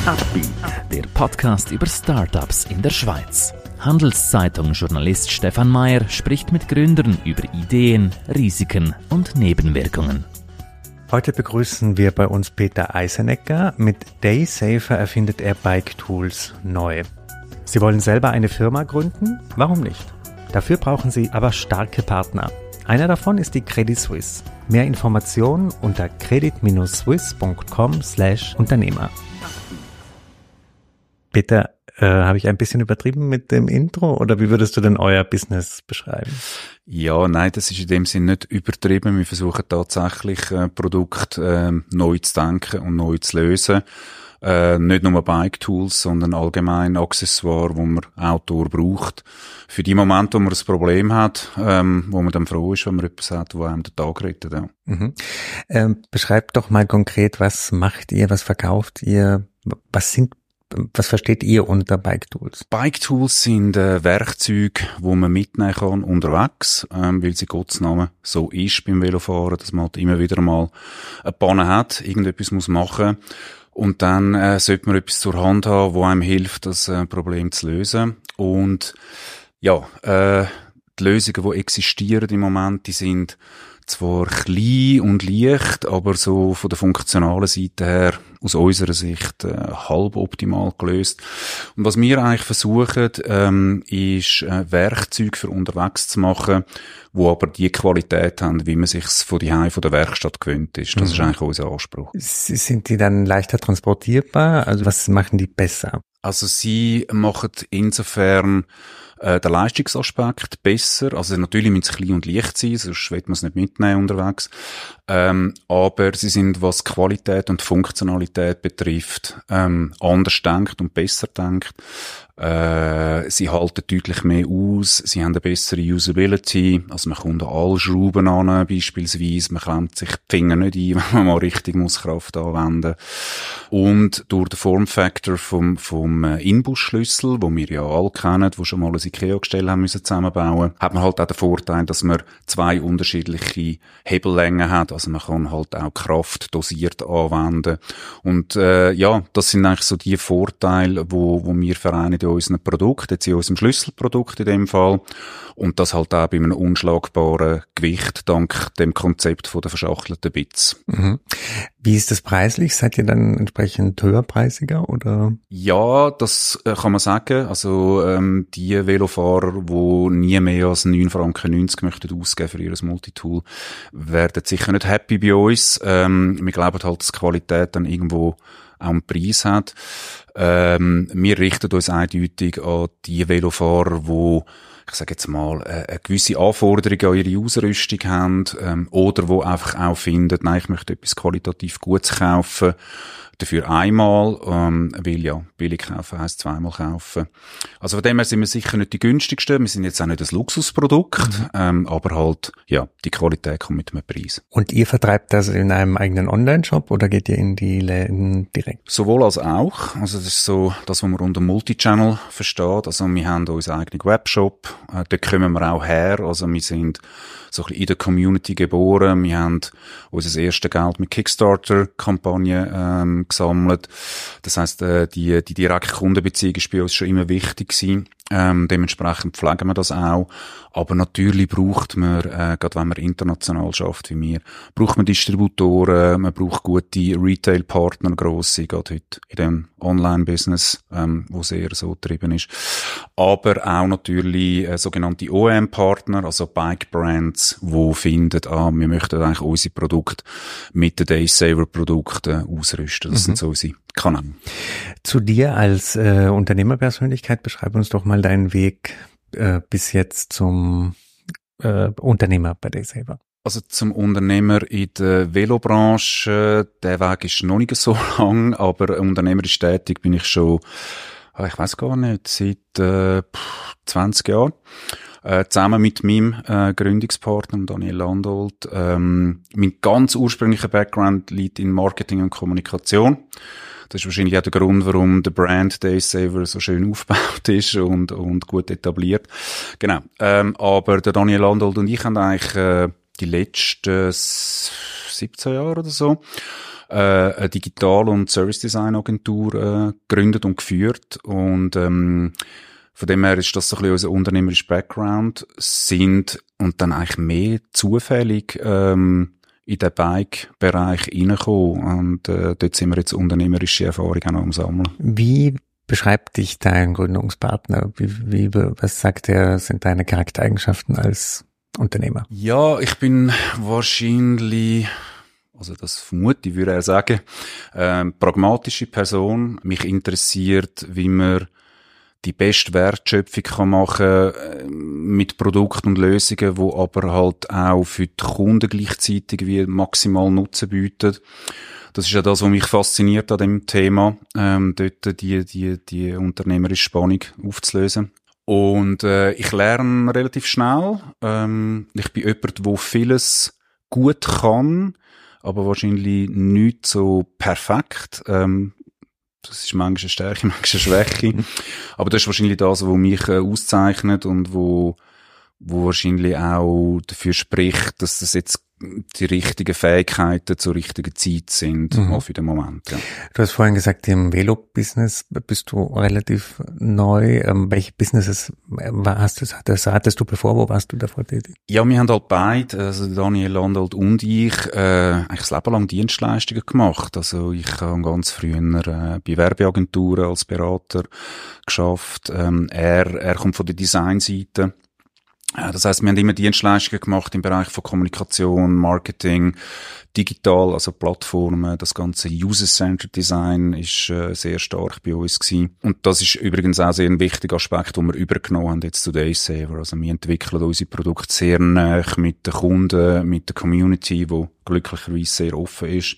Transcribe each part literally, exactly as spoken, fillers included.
Upbeat, der Podcast über Startups in der Schweiz. Handelszeitung-Journalist Stefan Mayer spricht mit Gründern über Ideen, Risiken und Nebenwirkungen. Heute begrüßen wir bei uns Peter Eisenecker. Mit Daysaver erfindet er Bike-Tools neu. Sie wollen selber eine Firma gründen? Warum nicht? Dafür brauchen Sie aber starke Partner. Einer davon ist die Credit Suisse. Mehr Informationen unter credit-swiss punkt com slash Unternehmer. Peter, äh, habe ich ein bisschen übertrieben mit dem Intro oder wie würdest du denn euer Business beschreiben? Ja, nein, das ist in dem Sinn nicht übertrieben. Wir versuchen tatsächlich äh, Produkte äh, neu zu denken und neu zu lösen. Äh, nicht nur Bike-Tools, sondern allgemein Accessoires, wo man Outdoor braucht. Für die Momente, wo man ein Problem hat, ähm, wo man dann froh ist, wenn man etwas hat, wo einem den Tag rettet. Ja. Mhm. Ähm, beschreibt doch mal konkret, was macht ihr, was verkauft ihr, was sind Was versteht ihr unter Bike-Tools? Bike-Tools sind äh, Werkzeuge, die man mitnehmen kann unterwegs, ähm, weil sie Gottes Namen so ist beim Velofahren, dass man halt immer wieder mal eine Panne hat, irgendetwas muss machen und dann äh, sollte man etwas zur Hand haben, wo einem hilft, das äh, Problem zu lösen. Und ja, äh, die Lösungen, die existieren im Moment, die sind zwar klein und leicht, aber so von der funktionalen Seite her aus unserer Sicht äh, halb optimal gelöst. Und was wir eigentlich versuchen, ähm, ist äh, Werkzeuge für unterwegs zu machen, wo aber die Qualität haben, wie man sich's von die Heim von der Werkstatt gewöhnt ist. Das mhm. ist eigentlich unser Anspruch. Sind die dann leichter transportierbar? Also was machen die besser? Also sie machen insofern äh, den Leistungsaspekt besser. Also natürlich müssen sie klein und leicht sein, sonst will man es nicht mitnehmen unterwegs. Ähm, aber sie sind, was Qualität und Funktionalität betrifft, ähm, anders denkt und besser denkt. Äh, sie halten deutlich mehr aus, sie haben eine bessere Usability, also man kommt an alle Schrauben an, beispielsweise, man klemmt sich die Finger nicht ein, wenn man mal richtig muss Kraft anwenden. Und durch den Formfaktor vom, vom Inbusschlüssel, wo wir ja alle kennen, wo schon mal ein IKEA-Gestell haben müssen zusammenbauen, hat man halt auch den Vorteil, dass man zwei unterschiedliche Hebellängen hat, also man kann halt auch Kraft dosiert anwenden. Und äh, ja, das sind eigentlich so die Vorteile, wo, wo wir vereinen in unseren Produkten, jetzt in unserem Schlüsselprodukt in dem Fall. Und das halt auch bei einem unschlagbaren Gewicht, dank dem Konzept von der verschachtelten Bits. Mhm. Wie ist das preislich? Seid ihr dann entsprechend höherpreisiger, oder? Ja, das äh, kann man sagen. Also ähm, die Velofahrer, die nie mehr als neun Franken neunzig möchten ausgeben für ihr Multitool, werden sicher nicht happy bei uns. Ähm, wir glauben halt, dass die Qualität dann irgendwo auch einen Preis hat. Ähm, wir richten uns eindeutig an die Velofahrer, die, ich sage jetzt mal, äh, eine gewisse Anforderung an ihre Ausrüstung haben, ähm, oder wo einfach auch finden, nein, ich möchte etwas qualitativ Gutes kaufen, dafür einmal, ähm, weil ja, billig kaufen heisst zweimal kaufen. Also von dem her sind wir sicher nicht die günstigsten, wir sind jetzt auch nicht ein Luxusprodukt, mhm. ähm, aber halt, ja, die Qualität kommt mit einem Preis. Und ihr vertreibt das in einem eigenen Online-Shop oder geht ihr in die Läden direkt? Sowohl als auch, also das ist so das, was man unter Multichannel versteht, also wir haben unseren eigenen Webshop, äh, da kommen wir auch her, also wir sind so ein bisschen in der Community geboren, wir haben unser erstes Geld mit Kickstarter-Kampagne ähm, gesammelt. Das heisst, äh, die, die direkte Kundenbeziehung ist bei uns schon immer wichtig gewesen. Ähm, dementsprechend pflegen wir das auch. Aber natürlich braucht man, äh, gerade wenn man international schafft wie wir, braucht man Distributoren, man braucht gute Retail-Partner, grosse, gerade heute in dem Online-Business, ähm, wo sehr so getrieben ist. Aber auch natürlich äh, sogenannte O E M-Partner, also Bike-Brands, die finden, ah, wir möchten eigentlich unsere Produkte mit den Daysaver-Produkten ausrüsten. Das mhm. sind so unsere Kanäle. Zu dir als äh, Unternehmerpersönlichkeit, beschreib uns doch mal deinen Weg äh, bis jetzt zum äh, Unternehmer bei Daysaver. Also zum Unternehmer in der Velobranche, der Weg ist noch nicht so lang, aber unternehmerisch tätig bin ich schon, ich weiß gar nicht, seit äh, zwanzig Jahren. Äh, zusammen mit meinem äh, Gründungspartner Daniel Landolt. Ähm, mein ganz ursprünglicher Background liegt in Marketing und Kommunikation. Das ist wahrscheinlich auch der Grund, warum der Brand Daysaver so schön aufgebaut ist und, und gut etabliert. Genau. Ähm, aber der Daniel Landolt und ich haben eigentlich äh, die letzten siebzehn Jahre oder so äh, eine Digital- und Service-Design-Agentur äh, gegründet und geführt. Und ähm, von dem her ist das so ein bisschen unser unternehmerischer Background, sind und dann eigentlich mehr zufällig ähm, in den Bike-Bereich reingekommen. Und äh, dort sind wir jetzt unternehmerische Erfahrung auch noch am Sammeln. Wie beschreibt dich dein Gründungspartner? Wie, wie, was sagt er, sind deine Charaktereigenschaften als Unternehmer? Ja, ich bin wahrscheinlich, also das vermute ich, würde er sagen, äh, pragmatische Person. Mich interessiert, wie man die beste Wertschöpfung kann machen äh, mit Produkten und Lösungen, die aber halt auch für die Kunden gleichzeitig wie maximal Nutzen bieten. Das ist ja das, was mich fasziniert an dem Thema, ähm, dort die, die, die unternehmerische Spannung aufzulösen. Und äh, ich lerne relativ schnell. Ähm, ich bin jemand, der vieles gut kann, aber wahrscheinlich nicht so perfekt. Ähm, das ist manchmal eine Stärke, manchmal eine Schwäche. Aber das ist wahrscheinlich das, was mich äh, auszeichnet und wo, wo wahrscheinlich auch dafür spricht, dass das jetzt die richtigen Fähigkeiten zur richtigen Zeit sind, mhm. mal für den Moment. Ja. Du hast vorhin gesagt, im Velo-Business bist du relativ neu. Ähm, welche Businesses hast du, das hattest du bevor? Wo warst du davor tätig? Ja, wir haben halt beide, also Daniel Landolt und ich, äh, eigentlich das Leben lang Dienstleistungen gemacht. Also ich habe ganz früher äh, bei Werbeagenturen als Berater geschafft. Ähm, er, er kommt von der Designseite. Das heisst, wir haben immer Dienstleistungen gemacht im Bereich von Kommunikation, Marketing, digital, also Plattformen. Das ganze User-Centered Design ist äh, sehr stark bei uns gewesen. Und das ist übrigens auch sehr ein wichtiger Aspekt, den wir übergenommen haben jetzt zu Daysaver. Also wir entwickeln unsere Produkte sehr nah mit den Kunden, mit der Community, die glücklicherweise sehr offen ist.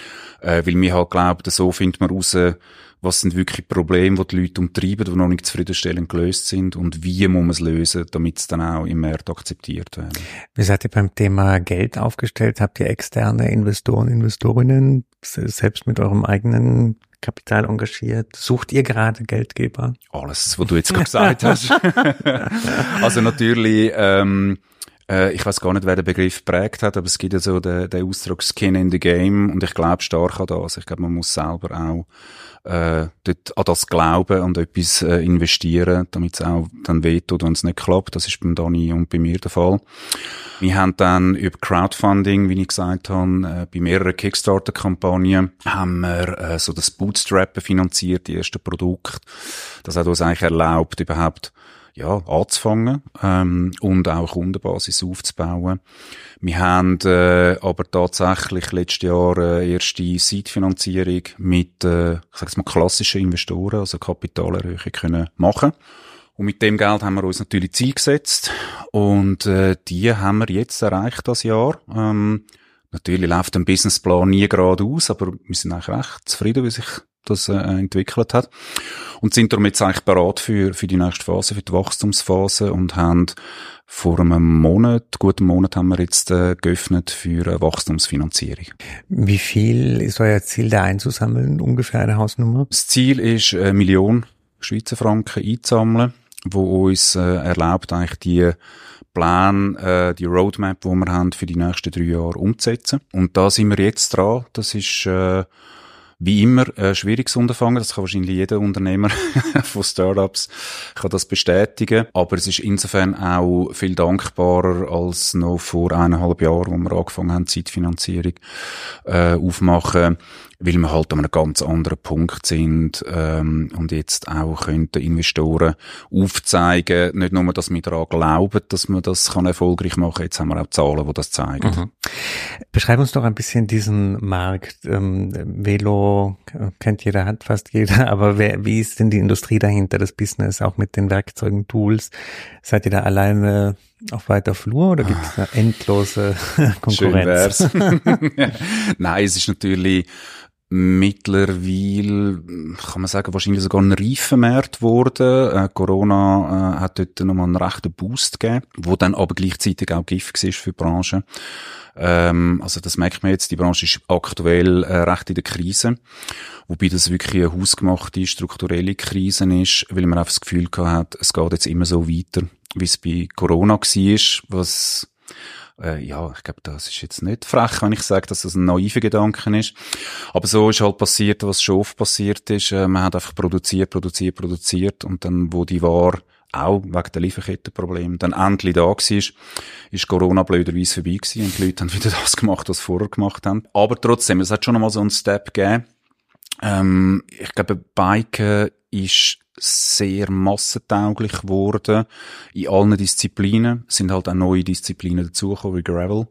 Äh, weil wir halt glauben, so findet man raus, was sind wirklich Probleme, die die Leute umtreiben, die noch nicht zufriedenstellend gelöst sind und wie muss man es lösen, damit es dann auch im Markt akzeptiert werden. Wie seid ihr beim Thema Geld aufgestellt? Habt ihr externe Investoren, Investorinnen, selbst mit eurem eigenen Kapital engagiert? Sucht ihr gerade Geldgeber? Alles, was du jetzt gerade gesagt hast. Also natürlich, ähm, äh, ich weiß gar nicht, wer den Begriff geprägt hat, aber es gibt ja so den, den Ausdruck Skin in the Game und ich glaube stark an das. Ich glaube, man muss selber auch äh, dort an das glauben und etwas äh, investieren, damit es auch dann wehtut, wenn es nicht klappt. Das ist beim Dani und bei mir der Fall. Wir haben dann über Crowdfunding, wie ich gesagt habe, äh, bei mehreren Kickstarter-Kampagnen haben wir äh, so das Bootstrappen finanziert, die ersten Produkte. Das hat uns eigentlich erlaubt, überhaupt ja, anzufangen ähm, und auch Kundenbasis aufzubauen. Wir haben äh, aber tatsächlich letztes Jahr eine erste Seed-Finanzierung mit, äh, ich sag's mal, klassischen Investoren, also Kapitalerhöhung können machen. Und mit dem Geld haben wir uns natürlich Ziel gesetzt und äh, die haben wir jetzt erreicht das Jahr. Ähm, natürlich läuft ein Businessplan nie geradeaus, aber wir sind eigentlich recht zufrieden, wie sich das äh, entwickelt hat. Und sind darum jetzt eigentlich bereit für, für die nächste Phase, für die Wachstumsphase und haben vor einem Monat, guten Monat haben wir jetzt äh, geöffnet für eine Wachstumsfinanzierung. Wie viel ist euer Ziel, da einzusammeln, ungefähr eine Hausnummer? Das Ziel ist, eine Million Schweizer Franken einzusammeln, wo uns äh, erlaubt, eigentlich die Plan, äh, die Roadmap, die wir haben, für die nächsten drei Jahre umzusetzen. Und da sind wir jetzt dran. Das ist äh, wie immer ein schwieriges Unterfangen. Das kann wahrscheinlich jeder Unternehmer von Startups kann das bestätigen. Aber es ist insofern auch viel dankbarer als noch vor eineinhalb Jahren, wo wir angefangen haben, Zeitfinanzierung äh, aufmachen, weil wir halt an einem ganz anderen Punkt sind ähm, und jetzt auch können den Investoren aufzeigen, nicht nur, dass wir daran glauben, dass man das kann erfolgreich machen kann, jetzt haben wir auch Zahlen, die das zeigen. Mhm. Beschreib uns doch ein bisschen diesen Markt. Ähm, Velo kennt jeder, hat fast jeder, aber wer, wie ist denn die Industrie dahinter, das Business, auch mit den Werkzeugen, Tools? Seid ihr da alleine auf weiter Flur oder gibt es eine endlose Konkurrenz? Schön wär's. Nein, es ist natürlich mittlerweile, kann man sagen, wahrscheinlich sogar ein Reifenmarkt geworden. Äh, Corona äh, hat dort nochmal einen rechten Boost gegeben, wo dann aber gleichzeitig auch Gift war für die Branche. Ähm, also das merkt man jetzt, die Branche ist aktuell äh, recht in der Krise, wobei das wirklich eine hausgemachte, strukturelle Krise ist, weil man einfach das Gefühl gehabt hat, es geht jetzt immer so weiter, wie es bei Corona war, was Äh, ja, ich glaube, das ist jetzt nicht frech, wenn ich sage, dass das ein naiver Gedanke ist. Aber so ist halt passiert, was schon oft passiert ist. Äh, man hat einfach produziert, produziert, produziert und dann, wo die Ware auch wegen der Lieferkettenprobleme dann endlich da war, ist Corona blöderweise vorbei gewesen und die Leute haben wieder das gemacht, was sie vorher gemacht haben. Aber trotzdem, es hat schon einmal so einen Step gegeben. Ähm, ich glaube, Biken ist sehr massentauglich geworden in allen Disziplinen. Es sind halt auch neue Disziplinen dazugekommen, wie Gravel.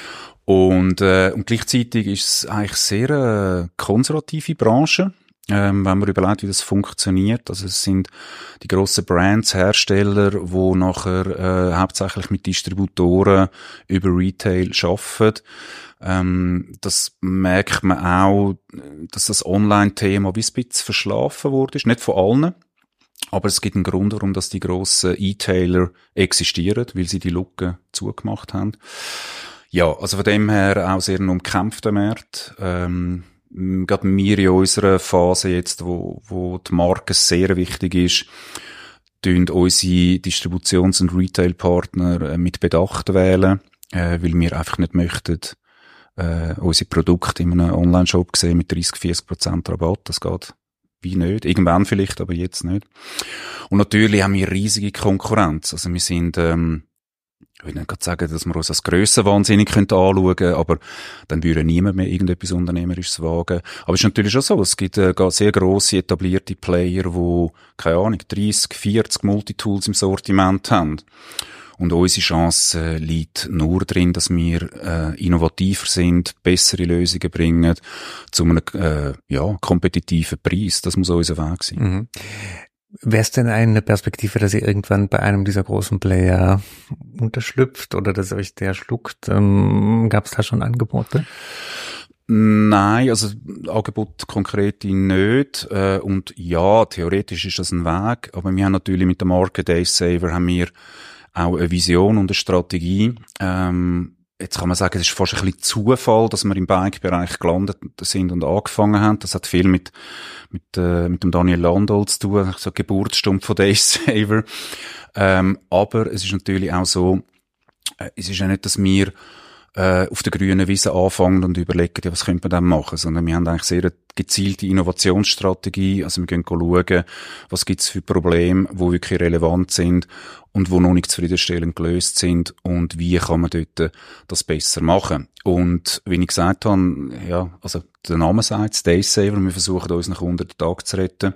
Und, äh, und gleichzeitig ist es eigentlich sehr äh, konservative Branche. Ähm, wenn man überlegt, wie das funktioniert. Also es sind die grossen Brands, Hersteller, die nachher äh, hauptsächlich mit Distributoren über Retail arbeiten. Ähm, das merkt man auch, dass das Online-Thema wie ein bisschen verschlafen wurde. Nicht von allen, aber es gibt einen Grund, warum dass die grossen E-Tailer existieren, weil sie die Lücke zugemacht haben. Ja, also von dem her auch sehr ein umkämpfter Markt. Ähm, Gerade wir in unserer Phase jetzt, wo, wo die Marke sehr wichtig ist, tun unsere Distributions- und Retail-Partner mit Bedacht wählen, äh, weil wir einfach nicht möchten, äh, unsere Produkte in einem Online-Shop sehen mit dreißig, vierzig Prozent Rabatt. Das geht wie nicht. Irgendwann vielleicht, aber jetzt nicht. Und natürlich haben wir riesige Konkurrenz. Also wir sind, ähm, ich will nicht gerade sagen, dass wir uns als grössenwahnsinnig anschauen können, aber dann würde niemand mehr irgendetwas Unternehmerisches wagen. Aber es ist natürlich schon so, es gibt äh, sehr grosse, etablierte Player, die, keine Ahnung, dreißig, vierzig Multitools im Sortiment haben. Und unsere Chance äh, liegt nur darin, dass wir äh, innovativer sind, bessere Lösungen bringen, zu einem äh, ja, kompetitiven Preis. Das muss unser Weg sein. Mhm. Wäre es denn eine Perspektive, dass ihr irgendwann bei einem dieser großen Player unterschlüpft oder dass euch der schluckt? Ähm, Gab es da schon Angebote? Nein, also Angebot konkret nicht. Äh, und ja, theoretisch ist das ein Weg, aber wir haben natürlich mit der Marke Daysaver haben wir auch eine Vision und eine Strategie. Ähm, Jetzt kann man sagen, es ist fast ein bisschen Zufall, dass wir im Bike-Bereich gelandet sind und angefangen haben. Das hat viel mit mit, äh, mit dem Daniel Landolt zu tun, so Geburtsstunde von Daysaver. Ähm, aber es ist natürlich auch so, äh, es ist ja nicht, dass wir äh, auf der grünen Wiese anfangen und überlegen, ja, was könnte man dann machen, sondern wir haben eigentlich sehr eine gezielte Innovationsstrategie. Also wir gehen schauen, was gibt es für Probleme, die wirklich relevant sind und wo noch nicht zufriedenstellend gelöst sind und wie kann man dort das besser machen. Und wie ich gesagt habe, ja, also der Name sagt es, Daysaver, wir versuchen unseren Kunden den Tag zu retten.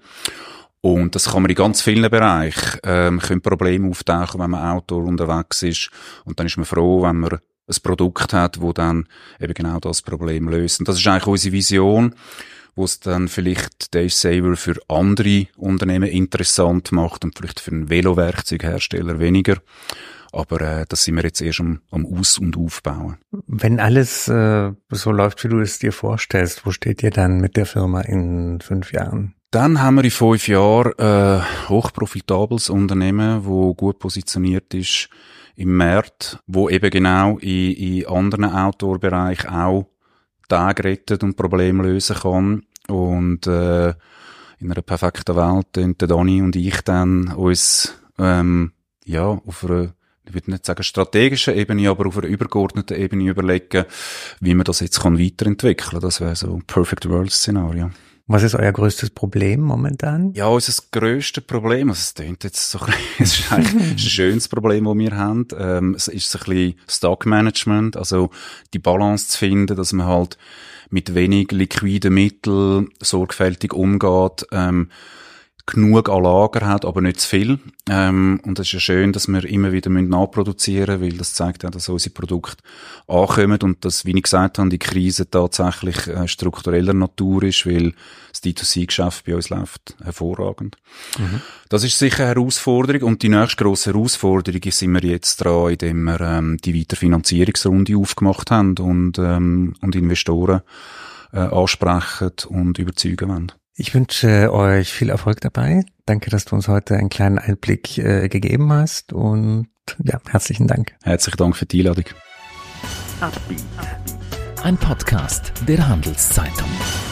Und das kann man in ganz vielen Bereichen. Ähm, können Probleme auftauchen, wenn man Outdoor unterwegs ist. Und dann ist man froh, wenn man ein Produkt hat, wo dann eben genau das Problem löst. Und das ist eigentlich unsere Vision, wo es dann vielleicht Daysaver für andere Unternehmen interessant macht und vielleicht für einen Velowerkzeughersteller weniger. Aber äh, das sind wir jetzt erst am, am Aus- und Aufbauen. Wenn alles äh, so läuft, wie du es dir vorstellst, wo steht ihr dann mit der Firma in fünf Jahren? Dann haben wir in fünf Jahren äh, hochprofitables Unternehmen, wo gut positioniert ist im Markt, wo eben genau in, in anderen Outdoor-Bereichen auch Tage rettet und Probleme lösen kann. Und äh, in einer perfekten Welt tun Dani und ich dann uns ähm, ja auf einer, ich würde nicht sagen strategischen Ebene, aber auf einer übergeordneten Ebene überlegen, wie man das jetzt kann weiterentwickeln kann. Das wäre so ein Perfect World-Szenario. Was ist euer größtes Problem momentan? Ja, unser grösstes Problem, also es klingt jetzt so, es ist eigentlich ein schönes Problem, das wir haben, ähm, es ist ein bisschen Stockmanagement, also die Balance zu finden, dass man halt mit wenig liquiden Mitteln sorgfältig umgeht, ähm, genug an Lager hat, aber nicht zu viel. Ähm, und es ist ja schön, dass wir immer wieder nachproduzieren müssen, weil das zeigt ja, dass unsere Produkte ankommen und dass, wie ich gesagt habe, die Krise tatsächlich äh, struktureller Natur ist, weil das D zwei C-Geschäft bei uns läuft hervorragend. Mhm. Das ist sicher eine Herausforderung und die nächste grosse Herausforderung sind wir jetzt dran, indem wir ähm, die Weiterfinanzierungsrunde aufgemacht haben und, ähm, und Investoren äh, ansprechen und überzeugen wollen. Ich wünsche euch viel Erfolg dabei. Danke, dass du uns heute einen kleinen Einblick äh, gegeben hast und ja, herzlichen Dank. Herzlichen Dank für die Einladung. Ein Podcast der Handelszeitung.